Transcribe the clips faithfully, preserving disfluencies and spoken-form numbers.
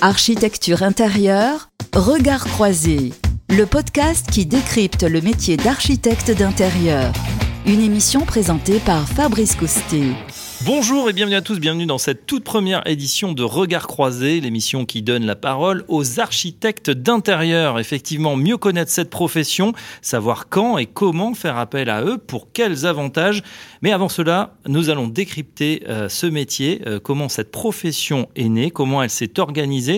Architecture intérieure, regard croisé, le podcast qui décrypte le métier d'architecte d'intérieur. Une émission présentée par Fabrice Coustet. Bonjour et bienvenue à tous, bienvenue dans cette toute première édition de Regard Croisé, l'émission qui donne la parole aux architectes d'intérieur. Effectivement, mieux connaître cette profession, savoir quand et comment faire appel à eux, pour quels avantages. Mais avant cela, nous allons décrypter euh, ce métier, euh, comment cette profession est née, comment elle s'est organisée,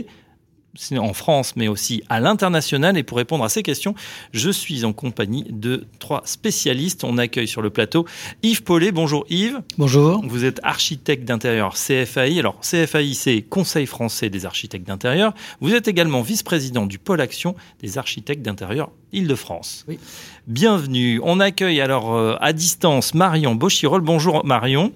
en France, mais aussi à l'international. Et pour répondre à ces questions, je suis en compagnie de trois spécialistes. On accueille sur le plateau Yves Paulet. Bonjour Yves. Bonjour. Vous êtes architecte d'intérieur C F A I. Alors, C F A I, c'est Conseil français des architectes d'intérieur. Vous êtes également vice-président du pôle action des architectes d'intérieur Île-de-France. Oui. Bienvenue. On accueille alors euh, à distance Marion Bochirol. Bonjour Marion.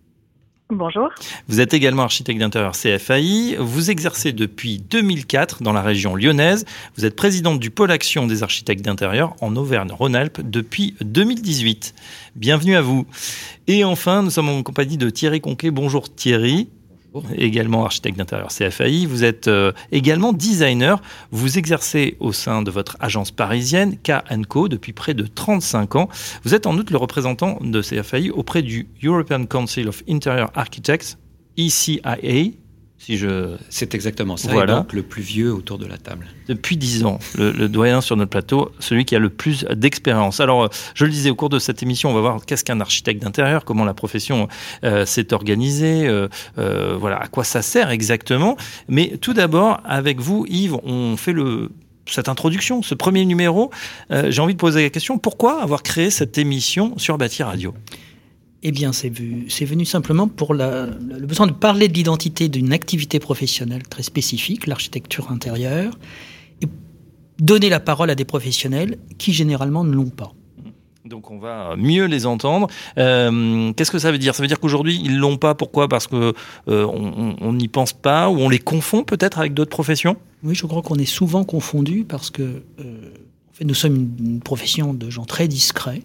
Bonjour. Vous êtes également architecte d'intérieur C F A I. Vous exercez depuis deux mille quatre dans la région lyonnaise. Vous êtes présidente du pôle action des architectes d'intérieur en Auvergne-Rhône-Alpes depuis deux mille dix-huit. Bienvenue à vous. Et enfin, nous sommes en compagnie de Thierry Conquet. Bonjour Thierry. Également architecte d'intérieur C F A I. Vous êtes euh, également designer. Vous exercez au sein de votre agence parisienne K and Co depuis près de trente-cinq ans. Vous êtes en outre le représentant de C F A I auprès du European Council of Interior Architects, E C I A. Si je... C'est exactement ça, voilà. Et donc le plus vieux autour de la table. Depuis dix ans, le, le doyen sur notre plateau, celui qui a le plus d'expérience. Alors, je le disais, au cours de cette émission, on va voir qu'est-ce qu'un architecte d'intérieur, comment la profession euh, s'est organisée, euh, euh, voilà, à quoi ça sert exactement. Mais tout d'abord, avec vous, Yves, on fait le... cette introduction, ce premier numéro. Euh, j'ai envie de poser la question, pourquoi avoir créé cette émission sur Bâti Radio ? Eh bien, c'est, vu, c'est venu simplement pour la, le besoin de parler de l'identité d'une activité professionnelle très spécifique, l'architecture intérieure, et donner la parole à des professionnels qui, généralement, ne l'ont pas. Donc on va mieux les entendre. Euh, qu'est-ce que ça veut dire ? Ça veut dire qu'aujourd'hui, ils ne l'ont pas. Pourquoi ? Parce qu'on euh, n'y pense pas, ou on les confond peut-être avec d'autres professions ? Oui, je crois qu'on est souvent confondus parce que euh, en fait, nous sommes une, une profession de gens très discrets.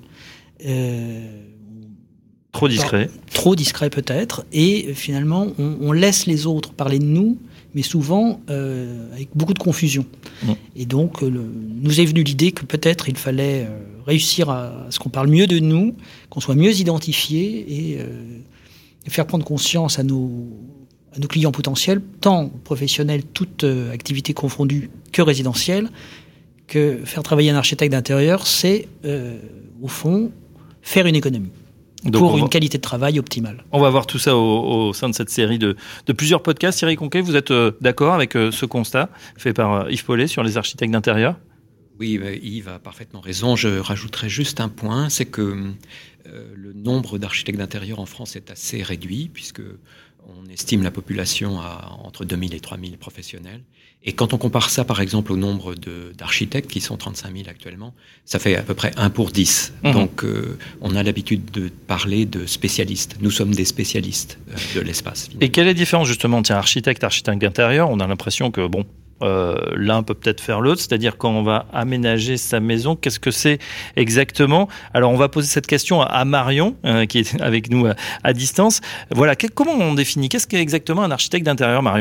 Euh, Trop discret. Trop discret peut-être. Et finalement, on, on laisse les autres parler de nous, mais souvent euh, avec beaucoup de confusion. Mmh. Et donc, le, nous est venue l'idée que peut-être il fallait euh, réussir à, à ce qu'on parle mieux de nous, qu'on soit mieux identifiés et, euh, et faire prendre conscience à nos, à nos clients potentiels, tant professionnels, toutes euh, activités confondues, que résidentielles, que faire travailler un architecte d'intérieur, c'est euh, au fond faire une économie. Donc pour va, une qualité de travail optimale. On va voir tout ça au, au sein de cette série de, de plusieurs podcasts. Thierry Conquet, vous êtes euh, d'accord avec euh, ce constat fait par euh, Yves Paulet sur les architectes d'intérieur ? Oui, Yves a parfaitement raison. Je rajouterai juste un point, c'est que euh, le nombre d'architectes d'intérieur en France est assez réduit, puisque on estime la population à entre deux mille et trois mille professionnels. Et quand on compare ça, par exemple, au nombre de, d'architectes, qui sont trente-cinq mille actuellement, ça fait à peu près un pour dix. Mmh. Donc, euh, on a l'habitude de parler de spécialistes. Nous sommes des spécialistes euh, de l'espace. Finalement. Et quelle est la différence, justement, tiens, architecte, architecte d'intérieur ? On a l'impression que, bon, euh, l'un peut peut-être faire l'autre, c'est-à-dire quand on va aménager sa maison, qu'est-ce que c'est exactement ? Alors, on va poser cette question à Marion, euh, qui est avec nous à, à distance. Voilà, que, comment on définit ? Qu'est-ce qu'est exactement un architecte d'intérieur, Marion ?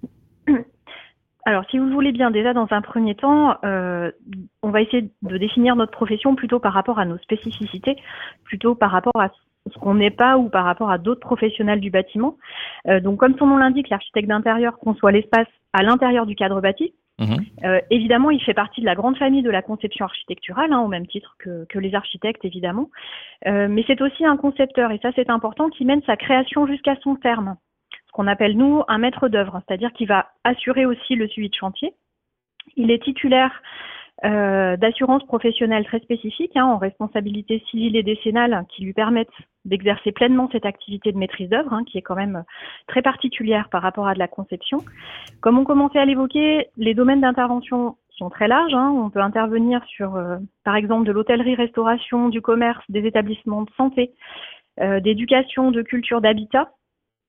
Alors, si vous le voulez bien, déjà, dans un premier temps, euh, on va essayer de définir notre profession plutôt par rapport à nos spécificités, plutôt par rapport à ce qu'on n'est pas ou par rapport à d'autres professionnels du bâtiment. Euh, donc, comme son nom l'indique, l'architecte d'intérieur conçoit l'espace à l'intérieur du cadre bâti. Mmh. Euh, évidemment, il fait partie de la grande famille de la conception architecturale, hein, au même titre que, que les architectes, évidemment. Euh, mais c'est aussi un concepteur, et ça c'est important, qui mène sa création jusqu'à son terme. Qu'on appelle, nous, un maître d'œuvre, c'est-à-dire qu'il va assurer aussi le suivi de chantier. Il est titulaire euh, d'assurances professionnelles très spécifiques, hein, en responsabilité civile et décennale, qui lui permettent d'exercer pleinement cette activité de maîtrise d'œuvre, hein, qui est quand même très particulière par rapport à de la conception. Comme on commençait à l'évoquer, les domaines d'intervention sont très larges. Hein. On peut intervenir sur, euh, par exemple, de l'hôtellerie-restauration, du commerce, des établissements de santé, euh, d'éducation, de culture, d'habitat.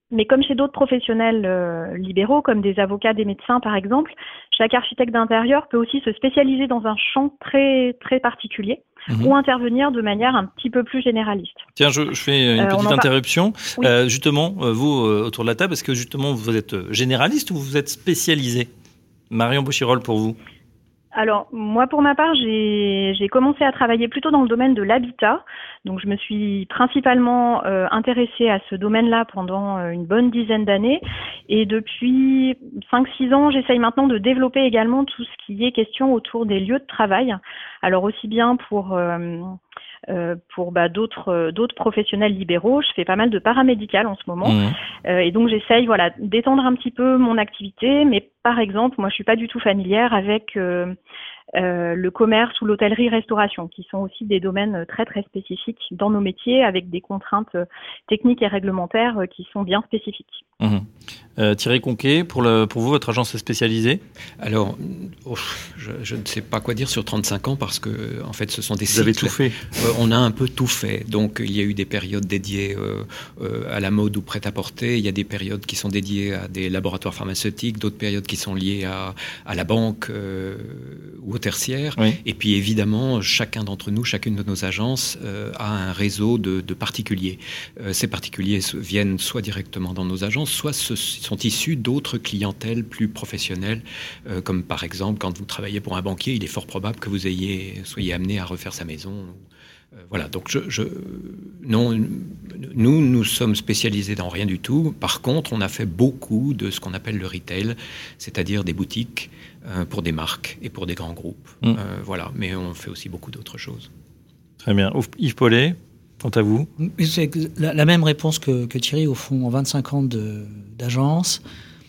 Mais comme chez d'autres professionnels euh, libéraux, comme des avocats, des médecins par exemple, chaque architecte d'intérieur peut aussi se spécialiser dans un champ très très particulier mmh. ou intervenir de manière un petit peu plus généraliste. Tiens, je, je fais une euh, petite interruption. Oui. Euh, justement, vous, euh, autour de la table, est-ce que justement vous êtes généraliste ou vous êtes spécialisé ? Marion Bouchirol, pour vous ? Alors, moi, pour ma part, j'ai, j'ai commencé à travailler plutôt dans le domaine de l'habitat. Donc, je me suis principalement euh, intéressée à ce domaine-là pendant euh, une bonne dizaine d'années. Et depuis cinq six ans, j'essaye maintenant de développer également tout ce qui est question autour des lieux de travail. Alors, aussi bien pour... Euh, Euh, pour bah, d'autres euh, d'autres professionnels libéraux, je fais pas mal de paramédical en ce moment, mmh. euh, et donc j'essaye voilà d'étendre un petit peu mon activité. Mais par exemple, moi je suis pas du tout familière avec euh, euh, le commerce ou l'hôtellerie-restauration, qui sont aussi des domaines très très spécifiques dans nos métiers, avec des contraintes techniques et réglementaires qui sont bien spécifiques. Mmh. Euh, Thierry Conquet, pour, le, pour vous, votre agence est spécialisée ? Alors, oh, je, je ne sais pas quoi dire sur trente-cinq ans parce que, en fait, ce sont des cycles. Vous avez tout fait. Euh, on a un peu tout fait. Donc, il y a eu des périodes dédiées euh, euh, à la mode ou prêt-à-porter. Il y a des périodes qui sont dédiées à des laboratoires pharmaceutiques, d'autres périodes qui sont liées à, à la banque euh, ou au tertiaire. Oui. Et puis, évidemment, chacun d'entre nous, chacune de nos agences euh, a un réseau de, de particuliers. Euh, ces particuliers viennent soit directement dans nos agences, soit se, sont issus d'autres clientèles plus professionnelles, euh, comme par exemple, quand vous travaillez pour un banquier, il est fort probable que vous ayez, soyez amené à refaire sa maison. Euh, voilà, donc je, je, non, nous, nous sommes spécialisés dans rien du tout. Par contre, on a fait beaucoup de ce qu'on appelle le retail, c'est-à-dire des boutiques euh, pour des marques et pour des grands groupes. Mmh. Euh, voilà, mais on fait aussi beaucoup d'autres choses. Très bien. Yves Paulet, quant à vous ? C'est la, la même réponse que, que Thierry, au fond, en vingt-cinq ans de, d'agence,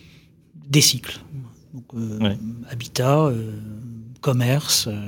des cycles. Donc, euh, ouais. Habitat, euh, commerce, euh,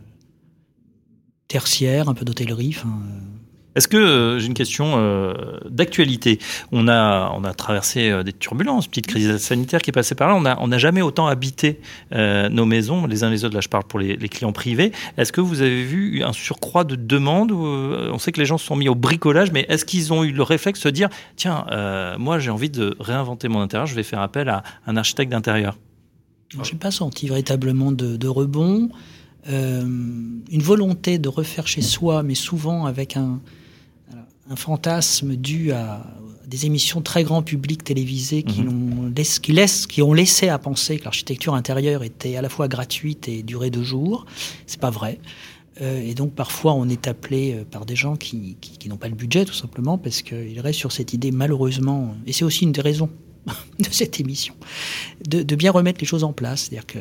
tertiaire, un peu d'hôtellerie. Enfin, euh... Est-ce que, euh, j'ai une question euh, d'actualité. On a, on a traversé euh, des turbulences, petite crise sanitaire qui est passée par là. On n'a on a jamais autant habité euh, nos maisons, les uns les autres. Là, je parle pour les, les clients privés. Est-ce que vous avez vu un surcroît de demandes ? euh, On sait que les gens se sont mis au bricolage, mais est-ce qu'ils ont eu le réflexe de se dire « Tiens, euh, moi, j'ai envie de réinventer mon intérieur, je vais faire appel à un architecte d'intérieur ». Je n'ai pas senti véritablement de, de rebond. Euh, une volonté de refaire chez soi, mais souvent avec un... un fantasme dû à des émissions très grand public télévisées qui, mmh. ont, qui, laissent, qui ont laissé à penser que l'architecture intérieure était à la fois gratuite et durait deux jours. C'est pas vrai. Euh, et donc parfois on est appelé par des gens qui, qui, qui n'ont pas le budget tout simplement parce qu'ils restent sur cette idée malheureusement, et c'est aussi une des raisons de cette émission, de, de bien remettre les choses en place. C'est-à-dire que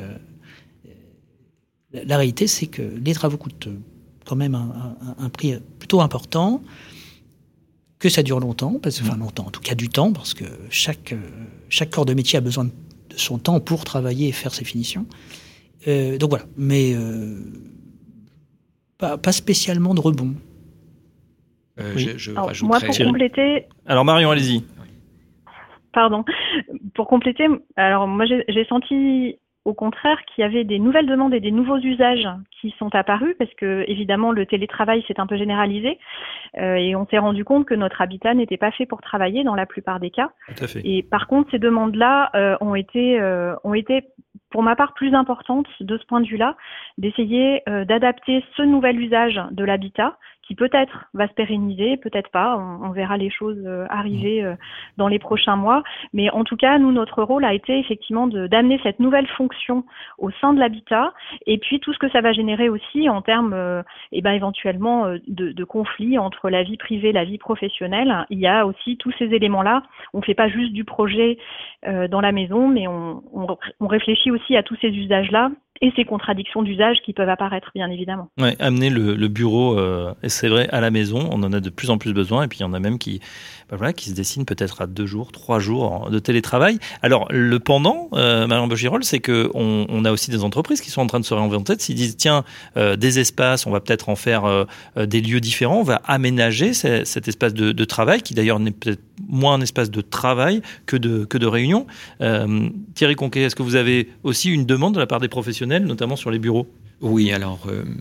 la réalité c'est que les travaux coûtent quand même un, un, un prix plutôt important, que ça dure longtemps, parce, enfin longtemps, en tout cas du temps, parce que chaque, chaque corps de métier a besoin de son temps pour travailler et faire ses finitions. Euh, donc voilà, mais euh, pas, pas spécialement de rebond. Euh, oui. Je, je Alors, moi, pour compléter... Alors Marion, allez-y. Pardon. Pour compléter, alors moi j'ai, j'ai senti... au contraire, qu'il y avait des nouvelles demandes et des nouveaux usages qui sont apparus parce que, évidemment, le télétravail s'est un peu généralisé euh, et on s'est rendu compte que notre habitat n'était pas fait pour travailler dans la plupart des cas. Tout à fait. Et par contre, ces demandes-là euh, ont été, euh, ont été, pour ma part, plus importantes de ce point de vue-là, d'essayer euh, d'adapter ce nouvel usage de l'habitat qui peut-être va se pérenniser, peut-être pas, on, on verra les choses euh, arriver euh, dans les prochains mois, mais en tout cas, nous, notre rôle a été effectivement de, d'amener cette nouvelle fonction au sein de l'habitat, et puis tout ce que ça va générer aussi en termes, euh, et ben éventuellement, euh, de, de conflits entre la vie privée et la vie professionnelle. Il y a aussi tous ces éléments-là, on fait pas juste du projet euh, dans la maison, mais on, on, on réfléchit aussi à tous ces usages-là, et ces contradictions d'usage qui peuvent apparaître, bien évidemment. Ouais, amener le, le bureau, euh, et c'est vrai, à la maison, on en a de plus en plus besoin, et puis il y en a même qui, ben voilà, qui se dessinent peut-être à deux jours, trois jours de télétravail. Alors, le pendant, euh, Marion Bouchirol, c'est qu'on on a aussi des entreprises qui sont en train de se réinventer, s'ils disent, tiens, euh, des espaces, on va peut-être en faire euh, des lieux différents, on va aménager c- cet espace de, de travail, qui d'ailleurs n'est peut-être moins un espace de travail que de, que de réunion. Euh, Thierry Conquet, est-ce que vous avez aussi une demande de la part des professionnels, notamment sur les bureaux ? Oui, alors, euh,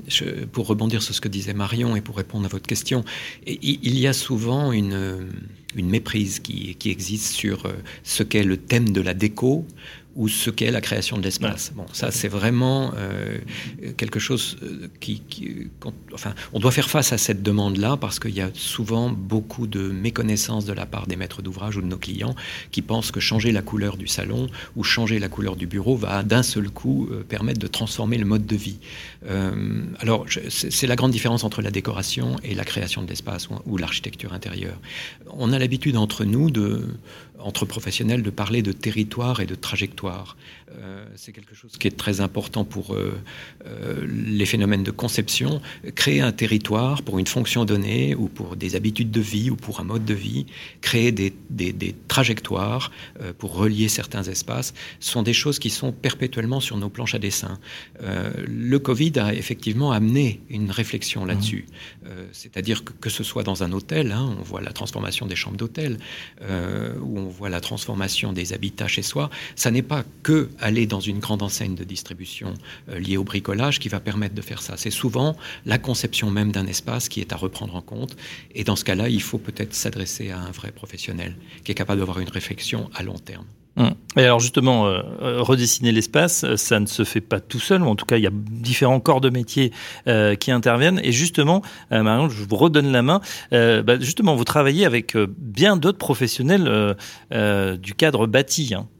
je, pour rebondir sur ce que disait Marion et pour répondre à votre question, il y a souvent une, une méprise qui, qui existe sur ce qu'est le thème de la déco ou ce qu'est la création de l'espace. Bon, ça, c'est vraiment euh, quelque chose qui... qui enfin, on doit faire face à cette demande-là parce qu'il y a souvent beaucoup de méconnaissance de la part des maîtres d'ouvrage ou de nos clients qui pensent que changer la couleur du salon ou changer la couleur du bureau va d'un seul coup euh, permettre de transformer le mode de vie. Euh, alors, je, c'est, c'est la grande différence entre la décoration et la création de l'espace ou, ou l'architecture intérieure. On a l'habitude entre nous de... entre professionnels, de parler de territoire et de trajectoire. Euh, c'est quelque chose qui est très important pour euh, euh, les phénomènes de conception. Créer un territoire pour une fonction donnée ou pour des habitudes de vie ou pour un mode de vie, créer des, des, des trajectoires euh, pour relier certains espaces, sont des choses qui sont perpétuellement sur nos planches à dessin. Euh, le Covid a effectivement amené une réflexion là-dessus. Mmh. Euh, c'est-à-dire que, que ce soit dans un hôtel, hein, on voit la transformation des chambres d'hôtel, euh, où on voit la transformation des habitats chez soi, ça n'est pas que aller dans une grande enseigne de distribution euh, liée au bricolage qui va permettre de faire ça. C'est souvent la conception même d'un espace qui est à reprendre en compte. Et dans ce cas-là, il faut peut-être s'adresser à un vrai professionnel qui est capable d'avoir une réflexion à long terme. Et alors justement, euh, redessiner l'espace, ça ne se fait pas tout seul, ou en tout cas il y a différents corps de métier euh, qui interviennent. Et justement, euh, Marion, je vous redonne la main. Euh, bah, justement, vous travaillez avec euh, bien d'autres professionnels euh, euh, du cadre bâti. Hein.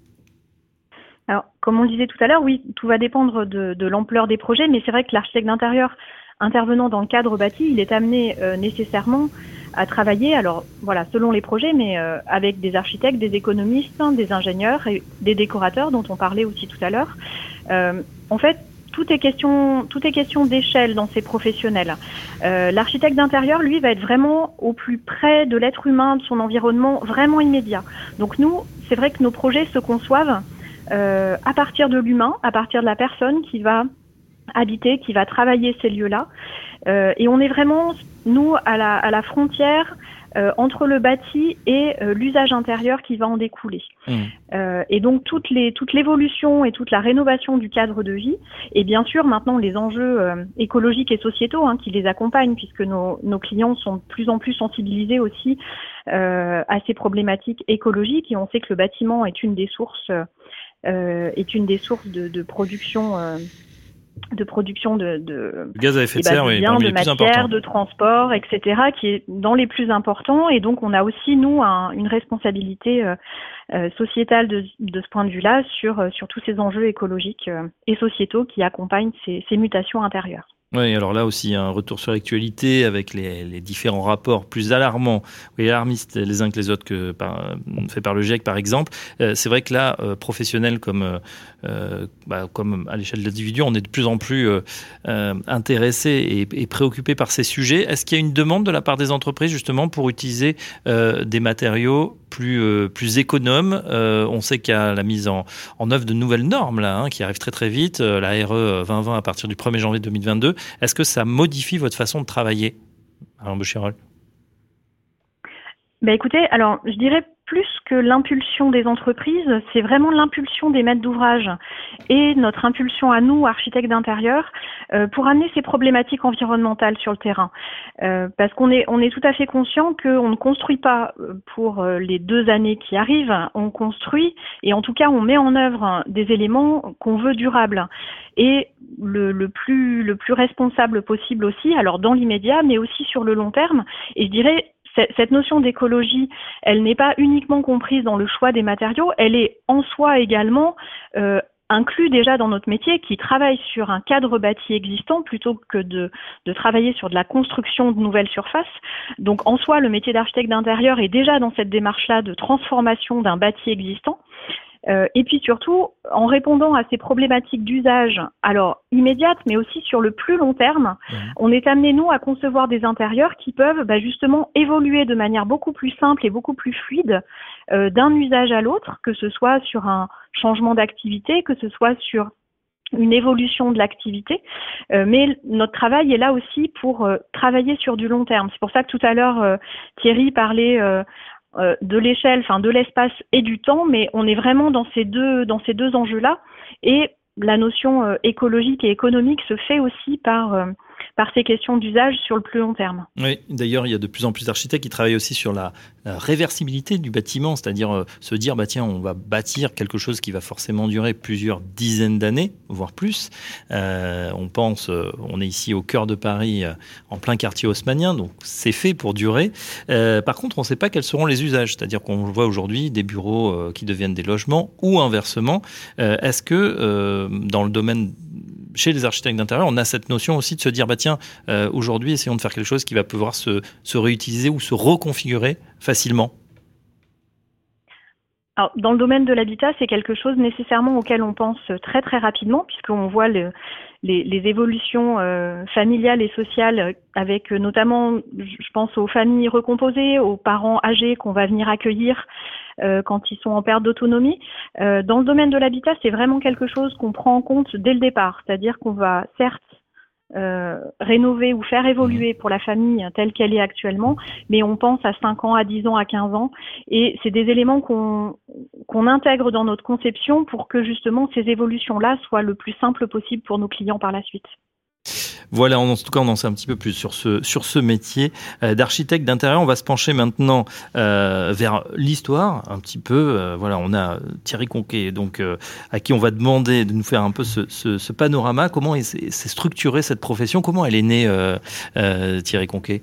Alors, comme on le disait tout à l'heure, oui, tout va dépendre de, de l'ampleur des projets, mais c'est vrai que l'architecte d'intérieur intervenant dans le cadre bâti, il est amené euh, nécessairement à travailler, alors voilà, selon les projets, mais euh, avec des architectes, des économistes, des ingénieurs et des décorateurs dont on parlait aussi tout à l'heure. Euh, en fait, tout est question, tout est question d'échelle dans ces professionnels. Euh, l'architecte d'intérieur, lui, va être vraiment au plus près de l'être humain, de son environnement, vraiment immédiat. Donc nous, c'est vrai que nos projets se conçoivent euh, à partir de l'humain, à partir de la personne qui va habiter, qui va travailler ces lieux-là. Euh, et on est vraiment, nous, à la, à la frontière euh, entre le bâti et euh, l'usage intérieur qui va en découler. Mmh. Euh, et donc, toute, les, toute l'évolution et toute la rénovation du cadre de vie, et bien sûr, maintenant, les enjeux euh, écologiques et sociétaux hein, qui les accompagnent, puisque nos, nos clients sont de plus en plus sensibilisés aussi euh, à ces problématiques écologiques. Et on sait que le bâtiment est une des sources, euh, est une des sources de, de production euh, de production de, de gaz à effet de serre, bah, de oui, biens, parmi de les plus matières, importants. de transport, et cetera, qui est dans les plus importants. Et donc, on a aussi, nous, un, une responsabilité euh, euh, sociétale de, de ce point de vue-là sur, sur tous ces enjeux écologiques euh, et sociétaux qui accompagnent ces, ces mutations intérieures. Oui, alors là aussi, un retour sur l'actualité avec les, les différents rapports plus alarmants et alarmistes les uns que les autres que par, fait par le GIEC, par exemple. Euh, c'est vrai que là, euh, professionnels comme, euh, bah, comme à l'échelle de l'individu, on est de plus en plus euh, euh, intéressés et, et préoccupés par ces sujets. Est-ce qu'il y a une demande de la part des entreprises justement pour utiliser euh, des matériaux plus, euh, plus économes? euh, On sait qu'il y a la mise en, en œuvre de nouvelles normes là, hein, qui arrivent très très vite, euh, la R E vingt vingt à partir du premier janvier deux mille vingt-deux. Est-ce que ça modifie votre façon de travailler, Marion Bochirol? Ben écoutez, alors je dirais plus que l'impulsion des entreprises, c'est vraiment l'impulsion des maîtres d'ouvrage et notre impulsion à nous, architectes d'intérieur, euh, pour amener ces problématiques environnementales sur le terrain. Euh, parce qu'on est, on est tout à fait conscient qu'on ne construit pas pour les deux années qui arrivent, on construit et en tout cas on met en œuvre des éléments qu'on veut durables et le, le plus, le plus responsable possible aussi, alors dans l'immédiat mais aussi sur le long terme. Et je dirais cette notion d'écologie, elle n'est pas uniquement comprise dans le choix des matériaux, elle est en soi également euh, inclus déjà dans notre métier qui travaille sur un cadre bâti existant plutôt que de, de travailler sur de la construction de nouvelles surfaces. Donc en soi, le métier d'architecte d'intérieur est déjà dans cette démarche-là de transformation d'un bâti existant. Euh, et puis surtout, en répondant à ces problématiques d'usage, alors immédiates, mais aussi sur le plus long terme, mmh. on est amené, nous, à concevoir des intérieurs qui peuvent bah, justement évoluer de manière beaucoup plus simple et beaucoup plus fluide euh, d'un usage à l'autre, que ce soit sur un changement d'activité, que ce soit sur une évolution de l'activité, euh, mais notre travail est là aussi pour euh, travailler sur du long terme. C'est pour ça que tout à l'heure, euh, Thierry parlait euh, Euh, de l'échelle, enfin de l'espace et du temps, mais on est vraiment dans ces deux dans ces deux enjeux-là. Et la notion euh, écologique et économique se fait aussi par euh, par ces questions d'usage sur le plus long terme. Oui, d'ailleurs, il y a de plus en plus d'architectes qui travaillent aussi sur la, la réversibilité du bâtiment, c'est-à-dire euh, se dire, bah, tiens, on va bâtir quelque chose qui va forcément durer plusieurs dizaines d'années, voire plus. Euh, on pense, euh, on est ici au cœur de Paris, euh, en plein quartier haussmannien, donc c'est fait pour durer. Euh, par contre, on ne sait pas quels seront les usages, c'est-à-dire qu'on voit aujourd'hui des bureaux euh, qui deviennent des logements ou inversement. Euh, est-ce que euh, dans le domaine chez les architectes d'intérieur, on a cette notion aussi de se dire, bah tiens, euh, aujourd'hui, essayons de faire quelque chose qui va pouvoir se, se réutiliser ou se reconfigurer facilement. Alors, dans le domaine de l'habitat, c'est quelque chose nécessairement auquel on pense très très rapidement, puisqu'on voit le, les, les évolutions euh, familiales et sociales, avec euh, notamment, je pense aux familles recomposées, aux parents âgés qu'on va venir accueillir euh, quand ils sont en perte d'autonomie. Euh, dans le domaine de l'habitat, c'est vraiment quelque chose qu'on prend en compte dès le départ, c'est-à-dire qu'on va certes Euh, rénover ou faire évoluer pour la famille telle qu'elle est actuellement, mais on pense à cinq ans, à dix ans, à quinze ans, et c'est des éléments qu'on qu'on intègre dans notre conception pour que justement ces évolutions-là soient le plus simples possible pour nos clients par la suite. Voilà, en tout cas, on en sait un petit peu plus sur ce, sur ce métier euh, d'architecte d'intérieur. On va se pencher maintenant euh, vers l'histoire, un petit peu. Euh, voilà, on a Thierry Conquet, donc, euh, à qui on va demander de nous faire un peu ce, ce, ce panorama. Comment s'est structurée cette profession? Comment elle est née, euh, euh, Thierry Conquet?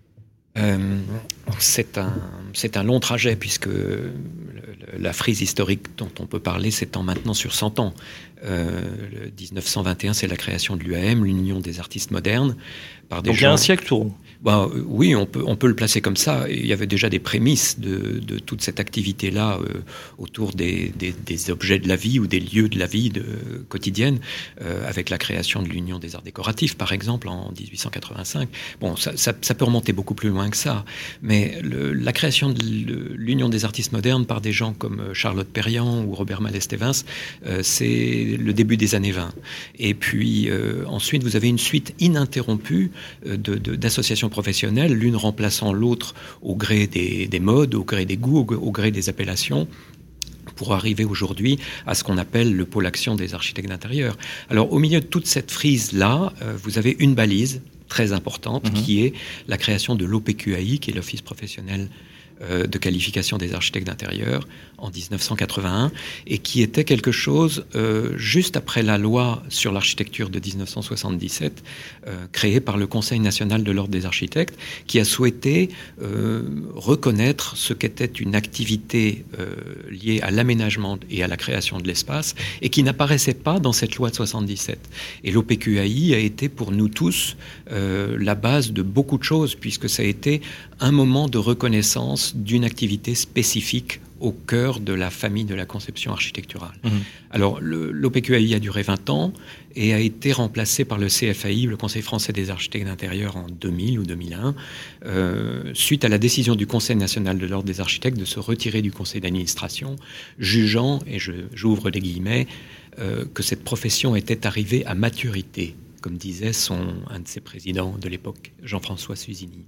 Euh, c'est un, c'est un long trajet, puisque le, le, la frise historique dont on peut parler s'étend maintenant sur cent ans. Euh, le dix-neuf cent vingt et un, c'est la création de l'U A M, l'Union des artistes modernes. Par des Donc gens... il y a un siècle tout rond. Bah, oui, on peut, on peut le placer comme ça. Il y avait déjà des prémices de, de toute cette activité-là euh, autour des, des, des objets de la vie ou des lieux de la vie de, quotidienne, euh, avec la création de l'Union des arts décoratifs, par exemple, en dix-huit cent quatre-vingt-cinq. Bon, ça, ça, ça peut remonter beaucoup plus loin que ça. Mais le, la création de l'Union des artistes modernes par des gens comme Charlotte Perriand ou Robert Mallet-Stevens, euh, c'est le début des années vingt. Et puis euh, ensuite, vous avez une suite ininterrompue de, de, d'associations professionnelles, l'une remplaçant l'autre au gré des, des modes, au gré des goûts, au, au gré des appellations, pour arriver aujourd'hui à ce qu'on appelle le pôle action des architectes d'intérieur. Alors, au milieu de toute cette frise-là, euh, vous avez une balise très importante, mmh. qui est la création de l'O P Q A I, qui est l'Office professionnel euh, de qualification des architectes d'intérieur, en dix-neuf cent quatre-vingt-un, et qui était quelque chose, euh, juste après la loi sur l'architecture de dix-neuf cent soixante-dix-sept, euh, créée par le Conseil national de l'ordre des architectes, qui a souhaité euh, reconnaître ce qu'était une activité euh, liée à l'aménagement et à la création de l'espace, et qui n'apparaissait pas dans cette loi de soixante-dix-sept. Et l'O P Q A I a été pour nous tous euh, la base de beaucoup de choses, puisque ça a été un moment de reconnaissance d'une activité spécifique au cœur de la famille de la conception architecturale. Mmh. Alors, l'O P Q A I a duré vingt ans et a été remplacé par le C F A I, le Conseil français des architectes d'intérieur, en deux mille ou deux mille un, euh, suite à la décision du Conseil national de l'ordre des architectes de se retirer du conseil d'administration, jugeant, et je, j'ouvre les guillemets, euh, que cette profession était arrivée à maturité, comme disait son, un de ses présidents de l'époque, Jean-François Suzini.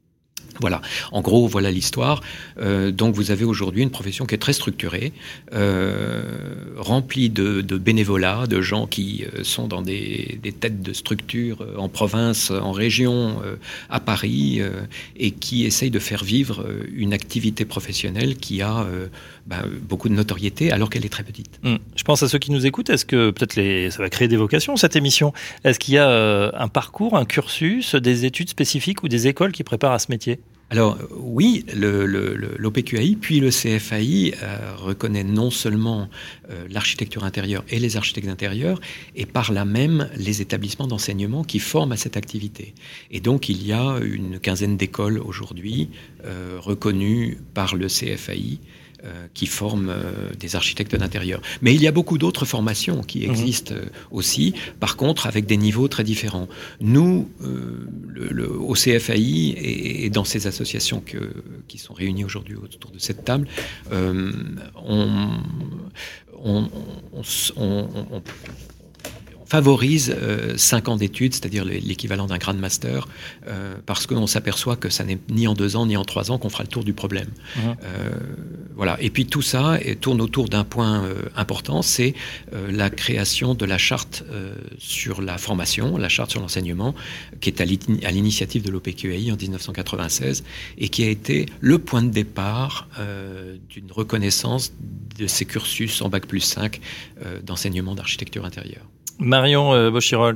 Voilà, en gros, voilà l'histoire. Euh, donc vous avez aujourd'hui une profession qui est très structurée, euh, remplie de, de bénévolat, de gens qui euh, sont dans des, des têtes de structures euh, en province, en région, euh, à Paris, euh, et qui essayent de faire vivre euh, une activité professionnelle qui a euh, ben, beaucoup de notoriété alors qu'elle est très petite. Mmh. Je pense à ceux qui nous écoutent. Est-ce que peut-être les... ça va créer des vocations, cette émission? Est-ce qu'il y a euh, un parcours, un cursus, des études spécifiques ou des écoles qui préparent à ce métier? Alors oui, le, le, le, l'O P Q A I puis le C F A I euh, reconnaît non seulement euh, l'architecture intérieure et les architectes d'intérieur, et par là même les établissements d'enseignement qui forment à cette activité. Et donc il y a une quinzaine d'écoles aujourd'hui euh, reconnues par le C F A I, Euh, qui forment euh, des architectes d'intérieur. Mais il y a beaucoup d'autres formations qui existent mmh. euh, aussi, par contre avec des niveaux très différents. Nous, euh, le, le, au C F A I et, et dans ces associations que, qui sont réunies aujourd'hui autour de cette table, euh, on, on, on, on, on, on favorise euh, cinq ans d'études, c'est-à-dire l'équivalent d'un Grand Master, euh, parce qu'on s'aperçoit que ça n'est ni en deux ans ni en trois ans qu'on fera le tour du problème. Mmh. Euh, voilà. Et puis tout ça tourne autour d'un point euh, important, c'est euh, la création de la charte euh, sur la formation, la charte sur l'enseignement, qui est à l'initiative de l'O P Q A I en dix-neuf cent quatre-vingt-seize et qui a été le point de départ euh, d'une reconnaissance de ces cursus en bac plus cinq euh, d'enseignement d'architecture intérieure. Marion euh, Boschirol.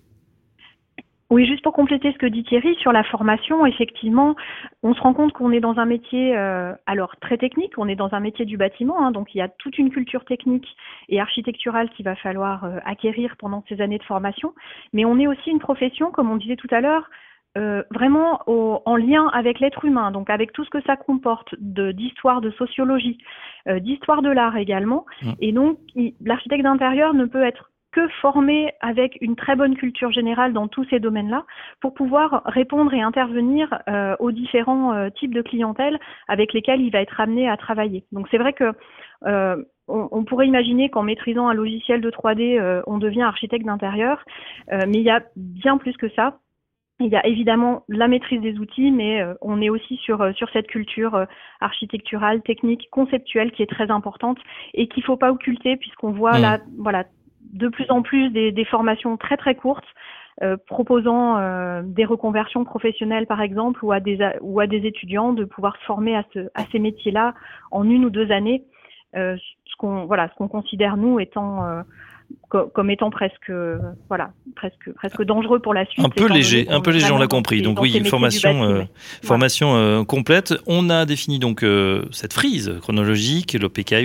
Oui, juste pour compléter ce que dit Thierry sur la formation, effectivement, on se rend compte qu'on est dans un métier euh, alors très technique, on est dans un métier du bâtiment, hein, donc il y a toute une culture technique et architecturale qu'il va falloir euh, acquérir pendant ces années de formation, mais on est aussi une profession, comme on disait tout à l'heure, euh, vraiment au, en lien avec l'être humain, donc avec tout ce que ça comporte de, d'histoire, de sociologie, euh, d'histoire de l'art également, mmh. et donc il, l'architecte d'intérieur ne peut être que formé avec une très bonne culture générale dans tous ces domaines-là pour pouvoir répondre et intervenir euh, aux différents euh, types de clientèle avec lesquels il va être amené à travailler. Donc c'est vrai que euh, on, on pourrait imaginer qu'en maîtrisant un logiciel de trois D, euh, on devient architecte d'intérieur, euh, mais il y a bien plus que ça. Il y a évidemment la maîtrise des outils, mais euh, on est aussi sur euh, sur cette culture euh, architecturale, technique, conceptuelle qui est très importante et qu'il faut pas occulter puisqu'on voit mmh. là, voilà, de plus en plus des, des formations très très courtes euh, proposant euh, des reconversions professionnelles par exemple ou à des ou à des étudiants de pouvoir se former à ce à ces métiers-là en une ou deux années, euh, ce qu'on voilà ce qu'on considère nous étant euh, comme étant presque voilà presque presque dangereux pour la suite. Un peu léger, un peu léger, on l'a compris. Donc oui, formation euh, formation voilà. euh, complète. On a défini donc euh, cette frise chronologique, l'O P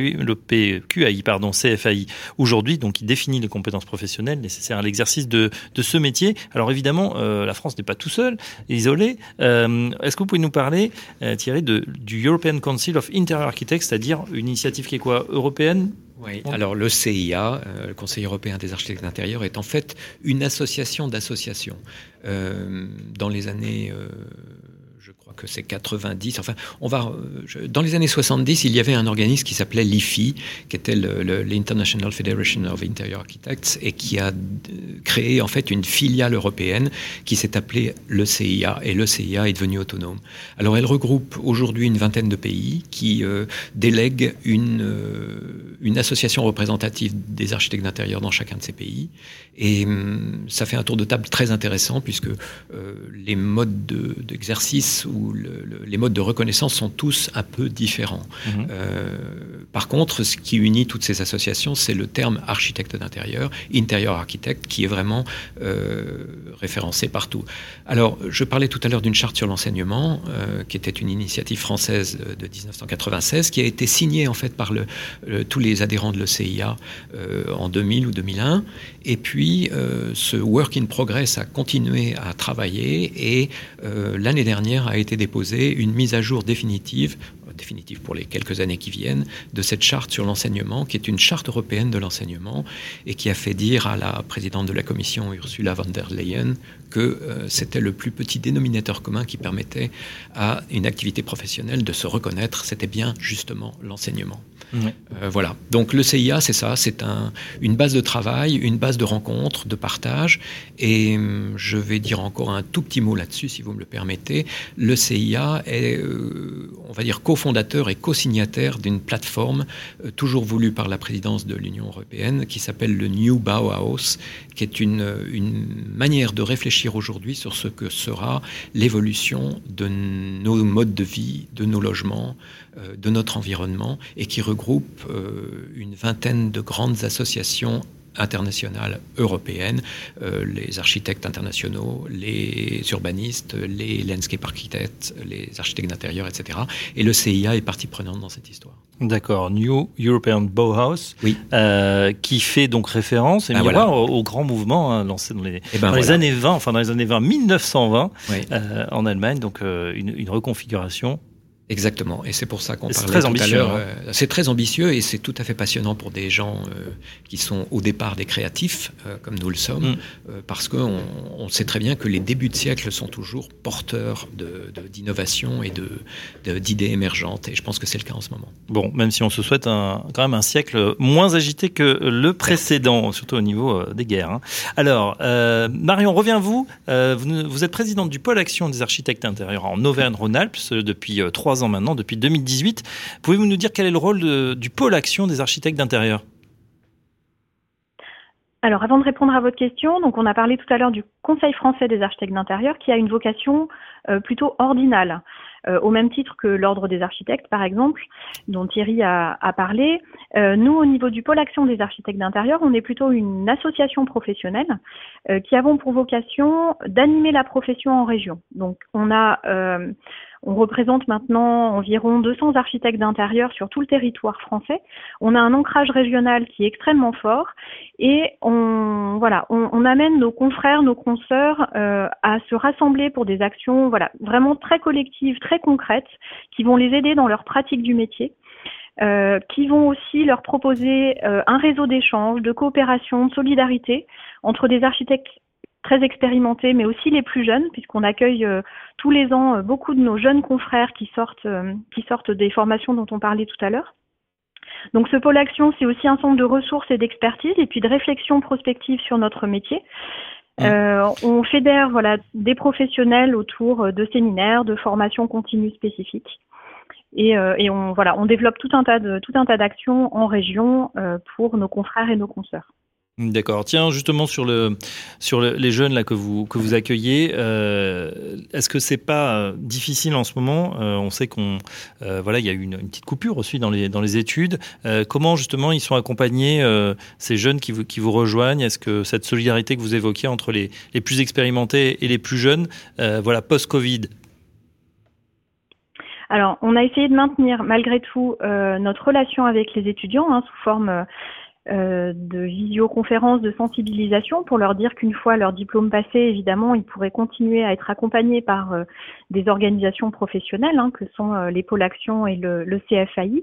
Q A I pardon, C F A I aujourd'hui, donc qui définit les compétences professionnelles nécessaires à l'exercice de de ce métier. Alors évidemment, euh, la France n'est pas tout seul, isolé. Euh, est-ce que vous pouvez nous parler, euh, Thierry, de du European Council of Interior Architects, c'est-à-dire une initiative qui est quoi, européenne? Oui, alors le C I A, euh, le Conseil européen des architectes d'intérieur, est en fait une association d'associations. Euh, dans les années, euh, je crois que c'est quatre-vingt-dix, enfin, on va, je, dans les années soixante-dix, il y avait un organisme qui s'appelait l'I F I, qui était le, le, l'International Federation of Interior Architects, et qui a créé en fait une filiale européenne qui s'est appelée le C I A, et le C I A est devenu autonome. Alors elle regroupe aujourd'hui une vingtaine de pays qui euh, délèguent une, euh, une association représentative des architectes d'intérieur dans chacun de ces pays, et hum, ça fait un tour de table très intéressant puisque euh, les modes de, d'exercice ou le, le, les modes de reconnaissance sont tous un peu différents. Mmh. Euh, par contre, ce qui unit toutes ces associations, c'est le terme architecte d'intérieur, interior architect, qui est vraiment euh, référencé partout. Alors, je parlais tout à l'heure d'une charte sur l'enseignement, euh, qui était une initiative française de dix-neuf cent quatre-vingt-seize, qui a été signée en fait par le, le, tous les adhérents de l'E C I A euh, en deux mille ou deux mille un. Et puis, euh, ce work in progress a continué à travailler et euh, l'année dernière a été déposée une mise à jour définitive, définitive pour les quelques années qui viennent, de cette charte sur l'enseignement, qui est une charte européenne de l'enseignement et qui a fait dire à la présidente de la Commission, Ursula von der Leyen, que euh, c'était le plus petit dénominateur commun qui permettait à une activité professionnelle de se reconnaître. C'était bien justement l'enseignement. Mmh. Euh, voilà. Donc le C I A, c'est ça, c'est un, une base de travail, une base de rencontres, de partage. Et hum, je vais dire encore un tout petit mot là-dessus, si vous me le permettez. Le C I A est, euh, on va dire, cofondateur et co-signataire d'une plateforme euh, toujours voulue par la présidence de l'Union européenne qui s'appelle le New Bauhaus, qui est une, une manière de réfléchir aujourd'hui sur ce que sera l'évolution de nos modes de vie, de nos logements, euh, de notre environnement, et qui regroupe euh, une vingtaine de grandes associations internationales européennes, euh, les architectes internationaux, les urbanistes, les landscape architects, les architectes d'intérieur, et cetera. Et le C I A est partie prenante dans cette histoire. D'accord, New European Bauhaus, oui. euh, qui fait donc référence et ah, voilà. au, au grand mouvement hein, lancé dans les, ben dans voilà. les années vingt, enfin dans les années vingt, mille neuf cent vingt, oui. euh, en Allemagne, donc euh, une, une reconfiguration Exactement, et c'est pour ça qu'on et parlait tout ambitieux, à l'heure. Hein. Euh, c'est très ambitieux et c'est tout à fait passionnant pour des gens euh, qui sont au départ des créatifs, euh, comme nous le sommes, mm. euh, parce qu'on on sait très bien que les débuts de siècle sont toujours porteurs de, de, d'innovation et de, de, d'idées émergentes, et je pense que c'est le cas en ce moment. Bon, même si on se souhaite un, quand même un siècle moins agité que le précédent, surtout au niveau euh, des guerres. Hein. Alors, euh, Marion, reviens-vous. Euh, vous, vous êtes présidente du pôle action des architectes d'intérieur en Auvergne-Rhône-Alpes depuis euh, trois ans maintenant, depuis deux mille dix-huit. Pouvez-vous nous dire quel est le rôle de, du pôle action des architectes d'intérieur ? Alors, avant de répondre à votre question, donc on a parlé tout à l'heure du Conseil français des architectes d'intérieur qui a une vocation euh, plutôt ordinale, euh, au même titre que l'Ordre des architectes, par exemple, dont Thierry a, a parlé. Euh, nous, au niveau du pôle action des architectes d'intérieur, on est plutôt une association professionnelle euh, qui avons pour vocation d'animer la profession en région. Donc, on a... Euh, On représente maintenant environ deux cents architectes d'intérieur sur tout le territoire français. On a un ancrage régional qui est extrêmement fort et on, voilà, on, on amène nos confrères, nos consoeurs euh, à se rassembler pour des actions voilà, vraiment très collectives, très concrètes, qui vont les aider dans leur pratique du métier. Euh, qui vont aussi leur proposer euh, un réseau d'échange, de coopération, de solidarité entre des architectes très expérimentés, mais aussi les plus jeunes, puisqu'on accueille euh, tous les ans euh, beaucoup de nos jeunes confrères qui sortent, euh, qui sortent des formations dont on parlait tout à l'heure. Donc ce pôle action, c'est aussi un centre de ressources et d'expertise, et puis de réflexion prospective sur notre métier. Mmh. Euh, on fédère voilà, des professionnels autour de séminaires, de formations continues spécifiques. Et, euh, et on, voilà, on développe tout un tas de, tout un tas d'actions en région euh, pour nos confrères et nos consoeurs. D'accord. Tiens, justement sur le sur le, les jeunes là que vous que vous accueillez, euh, est-ce que c'est pas euh, difficile en ce moment ? euh, On sait qu'on euh, voilà, il y a eu une, une petite coupure aussi dans les dans les études. Euh, comment justement ils sont accompagnés euh, ces jeunes qui vous qui vous rejoignent ? Est-ce que cette solidarité que vous évoquiez entre les les plus expérimentés et les plus jeunes, euh, voilà, post-Covid? Alors, on a essayé de maintenir malgré tout euh, notre relation avec les étudiants hein, sous forme euh, Euh, de visioconférences, de sensibilisation pour leur dire qu'une fois leur diplôme passé, évidemment, ils pourraient continuer à être accompagnés par euh, des organisations professionnelles, hein, que sont euh, les pôles action et le, le C F A I.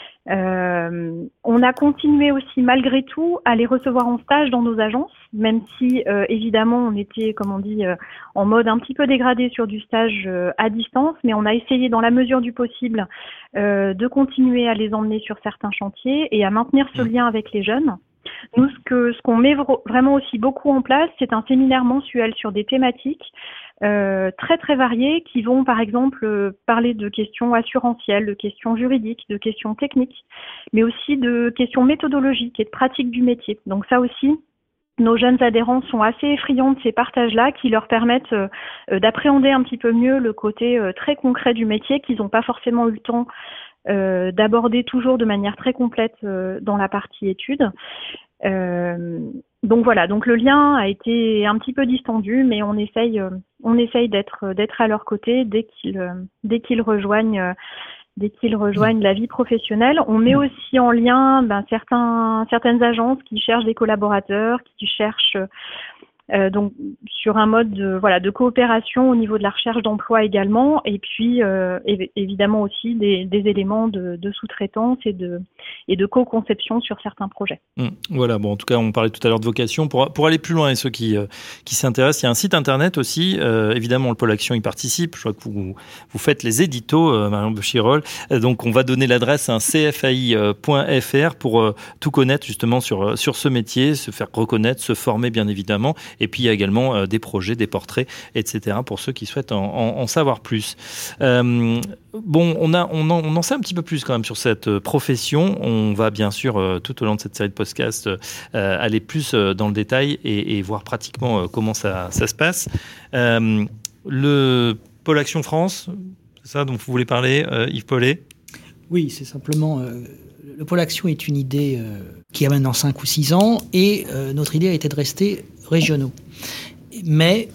Euh, on a continué aussi malgré tout à les recevoir en stage dans nos agences, même si euh, évidemment on était, comme on dit, euh, en mode un petit peu dégradé sur du stage euh, à distance, mais on a essayé dans la mesure du possible euh, de continuer à les emmener sur certains chantiers et à maintenir ce lien avec les jeunes. Nous, ce que ce qu'on met vro- vraiment aussi beaucoup en place, c'est un séminaire mensuel sur des thématiques euh, très très variées qui vont par exemple euh, parler de questions assurantielles, de questions juridiques, de questions techniques, mais aussi de questions méthodologiques et de pratiques du métier. Donc ça aussi, nos jeunes adhérents sont assez effrayants de ces partages-là qui leur permettent euh, d'appréhender un petit peu mieux le côté euh, très concret du métier qu'ils n'ont pas forcément eu le temps Euh, d'aborder toujours de manière très complète euh, dans la partie études. Euh, donc voilà, donc le lien a été un petit peu distendu, mais on essaye, euh, on essaye d'être, d'être à leur côté dès qu'ils, euh, dès qu'ils rejoignent, euh, dès qu'ils rejoignent la vie professionnelle. On met aussi en lien ben, certains, certaines agences qui cherchent des collaborateurs, qui cherchent Euh, donc sur un mode de, voilà, de coopération au niveau de la recherche d'emploi également, et puis euh, év- évidemment aussi des, des éléments de, de sous-traitance et de, et de co-conception sur certains projets. Mmh, voilà, bon, en tout cas, on parlait tout à l'heure de vocation. Pour, pour aller plus loin, et ceux qui, euh, qui s'intéressent, il y a un site internet aussi. Euh, évidemment, le pôle action y participe. Je crois que vous, vous faites les éditos, euh, Marion Bochirol. Euh, donc, on va donner l'adresse à c f a i point f r pour euh, tout connaître justement sur, sur ce métier, se faire reconnaître, se former bien évidemment. Et puis, il y a également euh, des projets, des portraits, et cetera pour ceux qui souhaitent en, en, en savoir plus. Euh, bon, on, a, on, en, on en sait un petit peu plus quand même sur cette profession. On va bien sûr, euh, tout au long de cette série de podcasts, euh, aller plus euh, dans le détail et, et voir pratiquement euh, comment ça, ça se passe. Euh, le pôle Action France, c'est ça dont vous voulez parler, euh, Yves Paulet ? Oui, c'est simplement... Euh, le pôle Action est une idée euh, qui a maintenant cinq ou six ans, et euh, notre idée a été de rester régionaux. Mais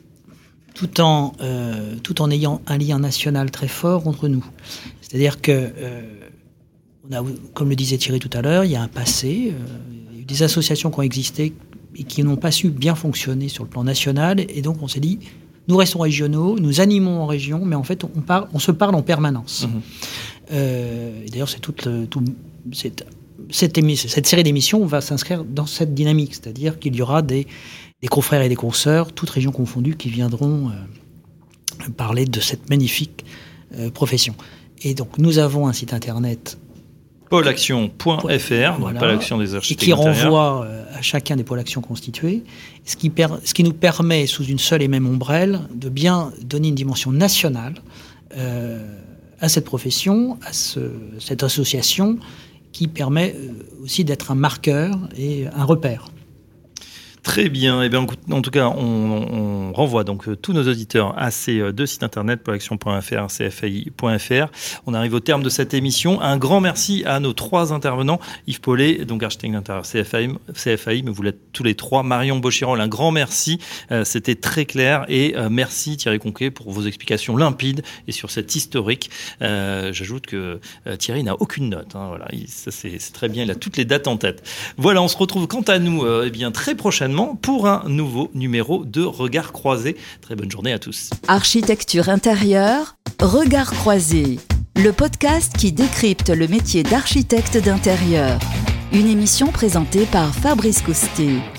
tout en, euh, tout en ayant un lien national très fort entre nous. C'est-à-dire que, euh, on a, comme le disait Thierry tout à l'heure, il y a un passé, euh, il y a eu des associations qui ont existé et qui n'ont pas su bien fonctionner sur le plan national, et donc on s'est dit, nous restons régionaux, nous animons en région, mais en fait, on, parle, on se parle en permanence. Mmh. Euh, et d'ailleurs, c'est toute le, tout, cette, cette, émission, cette série d'émissions va s'inscrire dans cette dynamique, c'est-à-dire qu'il y aura des, des confrères et des consoeurs, toutes régions confondues, qui viendront euh, parler de cette magnifique euh, profession. Et donc, nous avons un site internet pôle action point f r, voilà, pôle action des architectes et qui renvoie à chacun des pôles action constitués, ce qui, per, ce qui nous permet, sous une seule et même ombrelle, de bien donner une dimension nationale euh, à cette profession, à ce, cette association, qui permet aussi d'être un marqueur et un repère. Très bien. Eh bien, en tout cas, on, on renvoie donc tous nos auditeurs à ces deux sites internet, pôle action point f r, c f a i point f r. On arrive au terme de cette émission. Un grand merci à nos trois intervenants. Yves Paulet, donc architecte d'intérieur C F A I, C F A I, mais vous l'êtes tous les trois. Marion Bochirol, un grand merci. Euh, c'était très clair. Et euh, merci Thierry Conquet pour vos explications limpides et sur cet historique. Euh, j'ajoute que euh, Thierry n'a aucune note. Hein, voilà, il, ça c'est, c'est très bien. Il a toutes les dates en tête. Voilà, on se retrouve quant à nous, euh, eh bien très prochainement pour un nouveau numéro de Regard Croisé. Très bonne journée à tous. Architecture intérieure, Regard Croisé, le podcast qui décrypte le métier d'architecte d'intérieur. Une émission présentée par Fabrice Coustet.